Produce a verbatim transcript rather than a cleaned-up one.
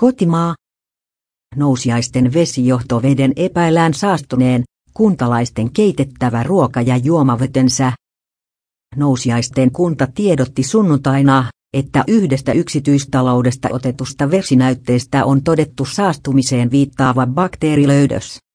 Kotimaa. Nousiaisten vesijohtoveden epäillään saastuneen, kuntalaisten keitettävä ruoka- ja juomavetensä. Nousiaisten kunta tiedotti sunnuntaina, että yhdestä yksityistaloudesta otetusta vesinäytteestä on todettu saastumiseen viittaava bakteerilöydös.